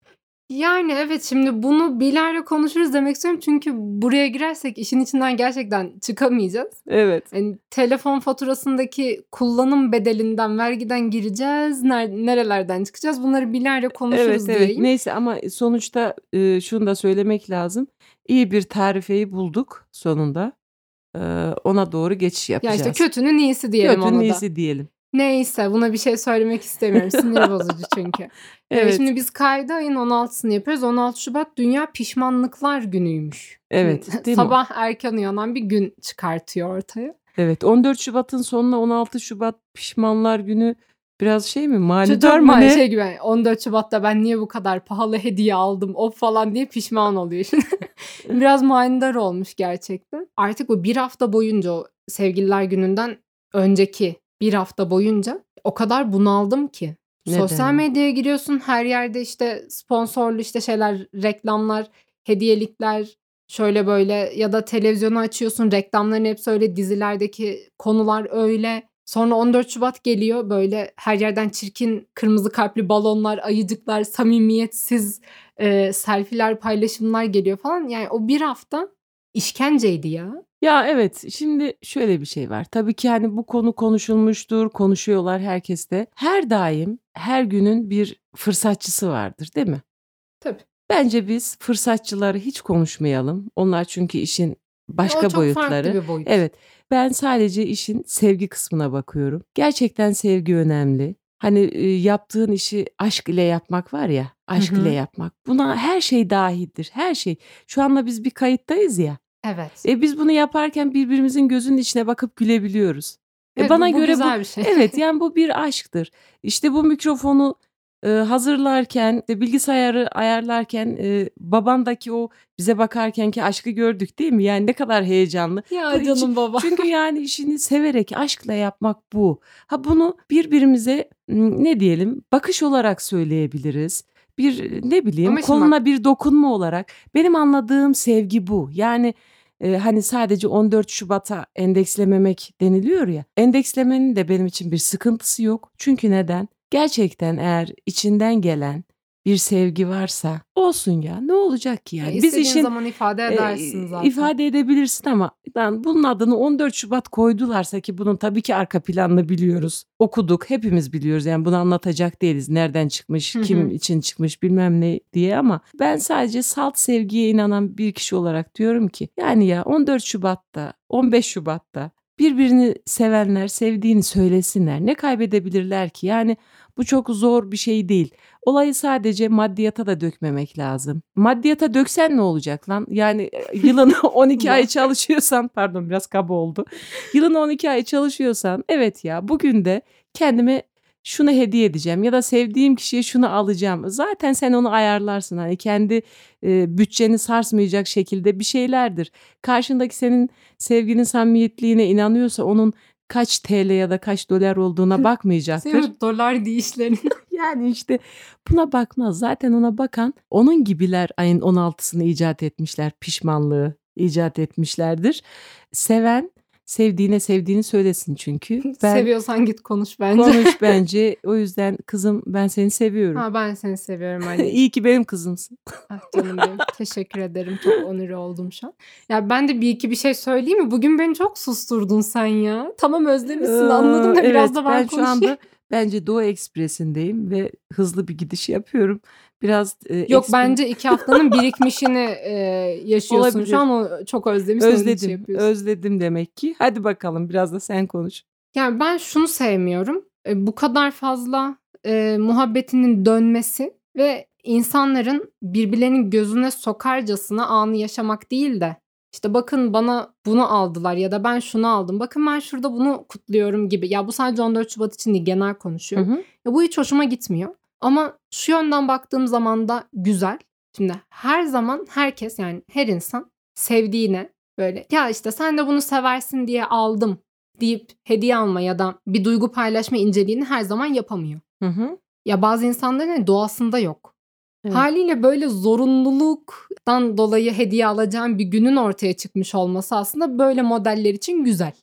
Yani evet, şimdi bunu bilahare konuşuruz demek istiyorum. Çünkü buraya girersek işin içinden gerçekten çıkamayacağız. Evet. Yani telefon faturasındaki kullanım bedelinden, vergiden gireceğiz. Ner- nerelerden çıkacağız? Bunları bilahare konuşuruz Evet evet. diyeyim. Neyse ama sonuçta e, şunu da söylemek lazım. İyi bir tarifeyi bulduk sonunda. E, ona doğru geçiş Ya yapacağız. işte kötünün iyisi diyelim Kötünün ona da. iyisi diyelim. Neyse, buna bir şey söylemek istemiyorum. Sinir bozucu çünkü. Ee, Evet. Şimdi biz kaydı ayın on altısını yapıyoruz. on altı Şubat Dünya Pişmanlıklar Günü'ymüş. Evet, Şimdi değil mi? sabah erken uyanan bir gün çıkartıyor ortaya. Evet, on dört Şubat'ın sonuna on altı Şubat Pişmanlar Günü biraz şey mi? Manidar Çocuk mı ma- ne? şey gibi, on dört Şubat'ta ben niye bu kadar pahalı hediye aldım of falan diye pişman oluyor şimdi. Biraz manidar olmuş gerçekten. Artık bu bir hafta boyunca, o Sevgililer Günü'nden önceki bir hafta boyunca o kadar bunaldım ki. Neden? Sosyal medyaya giriyorsun, her yerde işte sponsorlu işte şeyler, reklamlar, hediyelikler, şöyle böyle, ya da televizyonu açıyorsun, reklamların hepsi öyle, dizilerdeki konular öyle. Sonra on dört Şubat geliyor, böyle her yerden çirkin kırmızı kalpli balonlar, ayıcıklar, samimiyetsiz e, selfiler, paylaşımlar geliyor falan. Yani o bir hafta işkenceydi ya. Ya evet, şimdi şöyle bir şey var. Tabii ki hani bu konu konuşulmuştur, konuşuyorlar herkes de. Her daim her günün bir fırsatçısı vardır, değil mi? Tabii. Bence biz fırsatçıları hiç konuşmayalım. Onlar çünkü işin O başka çok farklı boyutları. bir boyut. Evet, ben sadece işin sevgi kısmına bakıyorum. Gerçekten sevgi önemli. Hani e, yaptığın işi aşk ile yapmak var ya, aşk Hı hı. ile yapmak. Buna her şey dahildir, her şey. Şu anda biz bir kayıttayız ya. Evet. E biz bunu yaparken birbirimizin gözünün içine bakıp gülebiliyoruz. E Evet, bana bu, bu göre bu güzel bir şey. evet yani bu bir aşktır. İşte bu mikrofonu e, hazırlarken, e, bilgisayarı ayarlarken e, babandaki o bize bakarkenki aşkı gördük değil mi? Yani ne kadar heyecanlı. Ya Bu içi- canım baba. Çünkü yani işini severek, aşkla yapmak bu. Ha bunu birbirimize m, ne diyelim bakış olarak söyleyebiliriz. Bir ne bileyim Ama şimdi koluna bir dokunma olarak. Benim anladığım sevgi bu. Yani e, hani sadece on dört Şubat'a endekslememek deniliyor ya. Endekslemenin de benim için bir sıkıntısı yok. Çünkü neden? Gerçekten eğer içinden gelen bir sevgi varsa olsun ya, ne olacak ki Ya yani? Biz istediğin işin zaman ifade e, edersin zaten. ifade edebilirsin ama lan bunun adını on dört Şubat koydularsa ki bunun tabii ki arka planını biliyoruz. Okuduk, hepimiz biliyoruz. Yani bunu anlatacak değiliz. Nereden çıkmış, Hı kim hı. için çıkmış bilmem ne diye ama ben sadece salt sevgiye inanan bir kişi olarak diyorum ki yani ya on dört Şubat'ta, on beş Şubat'ta birbirini sevenler sevdiğini söylesinler. Ne kaybedebilirler ki? Yani bu çok zor bir şey değil. Olayı sadece maddiyata da dökmemek lazım. Maddiyata döksen ne olacak lan? Yani e, yılın on iki ay çalışıyorsan, pardon biraz kaba oldu. Yılın on iki ay çalışıyorsan evet ya bugün de kendime şunu hediye edeceğim ya da sevdiğim kişiye şunu alacağım. Zaten sen onu ayarlarsın. Hani kendi e, bütçeni sarsmayacak şekilde bir şeylerdir. Karşındaki senin sevginin samimiyetliğine inanıyorsa onun kaç T L ya da kaç dolar olduğuna bakmayacaktır. Senin dolar deyişlerin. Yani işte buna bakmaz. Zaten ona bakan onun gibiler ayın on altısını icat etmişler. Pişmanlığı icat etmişlerdir. Seven sevdiğine sevdiğini söylesin çünkü. Ben Seviyorsan git konuş bence. konuş bence. O yüzden kızım ben seni seviyorum. Ha, ben seni seviyorum anne. İyi ki benim kızımsın. Ah canım benim. Teşekkür ederim. Çok onur oldum şu an. Ya ben de bir iki bir şey söyleyeyim mi? Bugün beni çok susturdun sen ya. Tamam, özlemişsin, anladım da Ee, biraz evet, da ben, ben şu konuşayım. anda bence Doğu Ekspresi'ndeyim ve hızlı bir gidiş yapıyorum. Biraz e, Yok, ekspre- bence iki haftanın birikmişini e, yaşıyorsun Olabilir. şu an. O çok özlemişsin. onun için özledim. yapıyorsun. Özledim demek ki. Hadi bakalım biraz da sen konuş. Yani ben şunu sevmiyorum. E, bu kadar fazla e, muhabbetinin dönmesi ve insanların birbirlerinin gözüne sokarcasına anı yaşamak değil de işte bakın bana bunu aldılar ya da ben şunu aldım. Bakın ben şurada bunu kutluyorum gibi. Ya bu sadece on dört Şubat için değil, genel Hı konuşuyorum. hı. Ya bu hiç hoşuma gitmiyor. Ama şu yönden baktığım zaman da güzel. Şimdi her zaman herkes, yani her insan sevdiğine böyle ya işte sen de bunu seversin diye aldım deyip hediye alma ya da bir duygu paylaşma inceliğini her zaman yapamıyor. Hı hı. Ya bazı insanların doğasında yok. Evet. Haliyle böyle zorunluluktan dolayı hediye alacağın bir günün ortaya çıkmış olması aslında böyle modeller için güzel.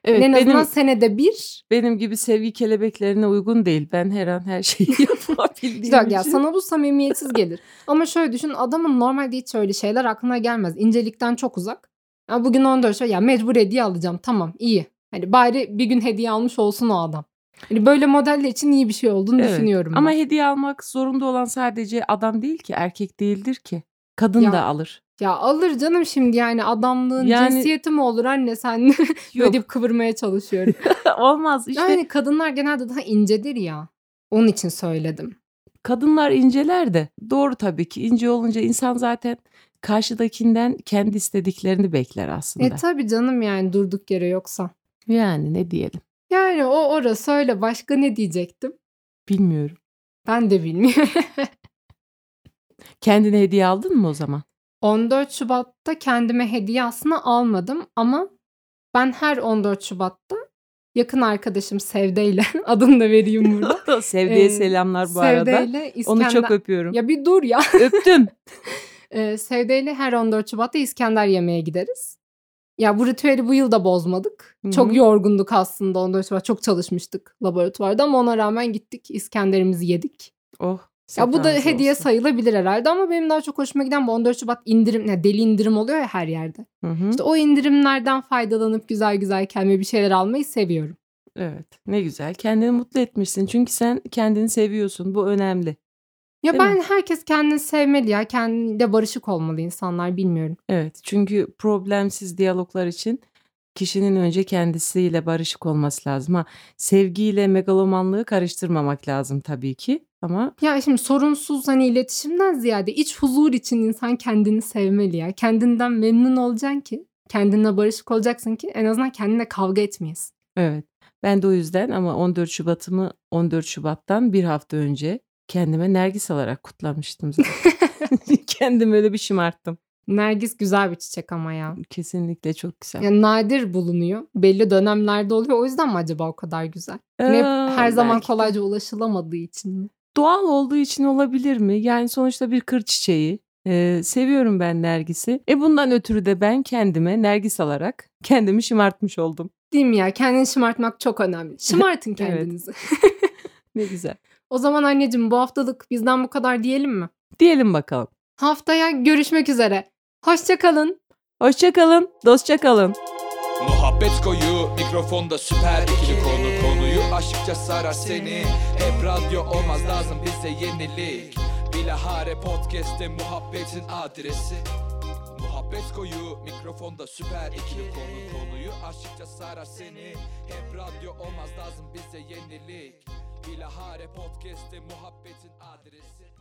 Evet, en azından benim senede bir. benim gibi sevgi kelebeklerine uygun değil. Ben her an her şeyi yapabildiğim Güzel ya, için. sana bu samimiyetsiz gelir. Ama şöyle düşün, adamın normalde hiç öyle şeyler aklına gelmez. İncelikten çok uzak. Ya bugün on dört şey ya mecbur hediye alacağım, tamam iyi. Hani bari bir gün hediye almış olsun o adam. Hani böyle modeller için iyi bir şey olduğunu Evet. düşünüyorum Ama ben. hediye almak zorunda olan sadece adam değil ki, erkek değildir ki. Kadın Ya da alır. Ya alır canım, şimdi yani adamlığın Yani cinsiyeti mi olur anne, sen böyle yok. deyip kıvırmaya çalışıyorum. Olmaz işte. Yani kadınlar genelde daha incedir ya. Onun için söyledim. Kadınlar inceler de doğru tabii ki, ince olunca insan zaten karşıdakinden kendi istediklerini bekler E aslında. tabii canım, yani durduk yere yoksa. Yani ne diyelim, Yani o orası öyle, başka ne diyecektim? bilmiyorum. Ben de bilmiyorum. Kendine hediye aldın mı o zaman? on dört Şubat'ta kendime hediye aslında almadım ama ben her on dört Şubat'ta yakın arkadaşım Sevde ile adını da vereyim burada. Sevdiğe Ee, selamlar bu Sevde arada. ile Onu çok İskender... öpüyorum. Ya bir dur ya. Öptüm. Ee, Sevde ile her on dört Şubat'ta İskender yemeğe gideriz. Ya bu ritüeli bu yıl da bozmadık. Hı Çok hı. yorgunduk aslında on dört Şubat. Çok çalışmıştık laboratuvarda ama ona rağmen gittik, İskender'imizi yedik. Oh. Ya bu da sefanız hediye olsun. sayılabilir herhalde ama benim daha çok hoşuma giden bu on dört Şubat indirim, ne deli indirim oluyor ya her yerde. Hı hı. İşte o indirimlerden faydalanıp güzel güzel kendime bir şeyler almayı seviyorum. Evet, ne güzel. Kendini mutlu etmişsin. Çünkü sen kendini seviyorsun. Bu önemli. Ya Değil ben mi? herkes kendini sevmeli ya. Kendiyle barışık olmalı insanlar, bilmiyorum. Evet, çünkü problemsiz diyaloglar için kişinin önce kendisiyle barışık olması lazım. Ha, sevgiyle megalomanlığı karıştırmamak lazım tabii ki. Ama Ya şimdi sorunsuz hani iletişimden ziyade iç huzur için insan kendini sevmeli ya. Kendinden memnun olacaksın ki, kendinle barışık olacaksın ki en azından kendine kavga etmeyesin. evet, ben de o yüzden ama on dört Şubat'ımı on dört Şubat'tan bir hafta önce kendime Nergis alarak kutlamıştım zaten. Kendimi öyle bir şımarttım. Nergis güzel bir çiçek ama ya. Kesinlikle çok güzel. Yani nadir bulunuyor. Belli dönemlerde oluyor. O yüzden mi acaba o kadar güzel? Hani hep Ee, her zaman belki de. kolayca ulaşılamadığı için mi? Doğal olduğu için olabilir mi? Yani sonuçta bir kır çiçeği. Ee, seviyorum ben Nergis'i. E bundan ötürü de ben kendime Nergis alarak kendimi şımartmış oldum. Değil mi ya? Kendini şımartmak çok önemli. Şımartın Evet. kendinizi. Ne güzel. O zaman anneciğim, bu haftalık bizden bu kadar diyelim mi? Diyelim bakalım. Haftaya görüşmek üzere. Hoşça kalın. Hoşça kalın, dostça kalın. Muhabbet koyu mikrofonda süper ikili konu konuyu aşıkça sarar seni. Hep radyo olmaz lazım bize yenilik. Bilahare podcast'te muhabbetin adresi. Muhabbet koyu mikrofonda süper ikili konu konuyu aşıkça sarar seni. Hep radyo olmaz lazım bize yenilik. Bilahare podcast'te muhabbetin adresi.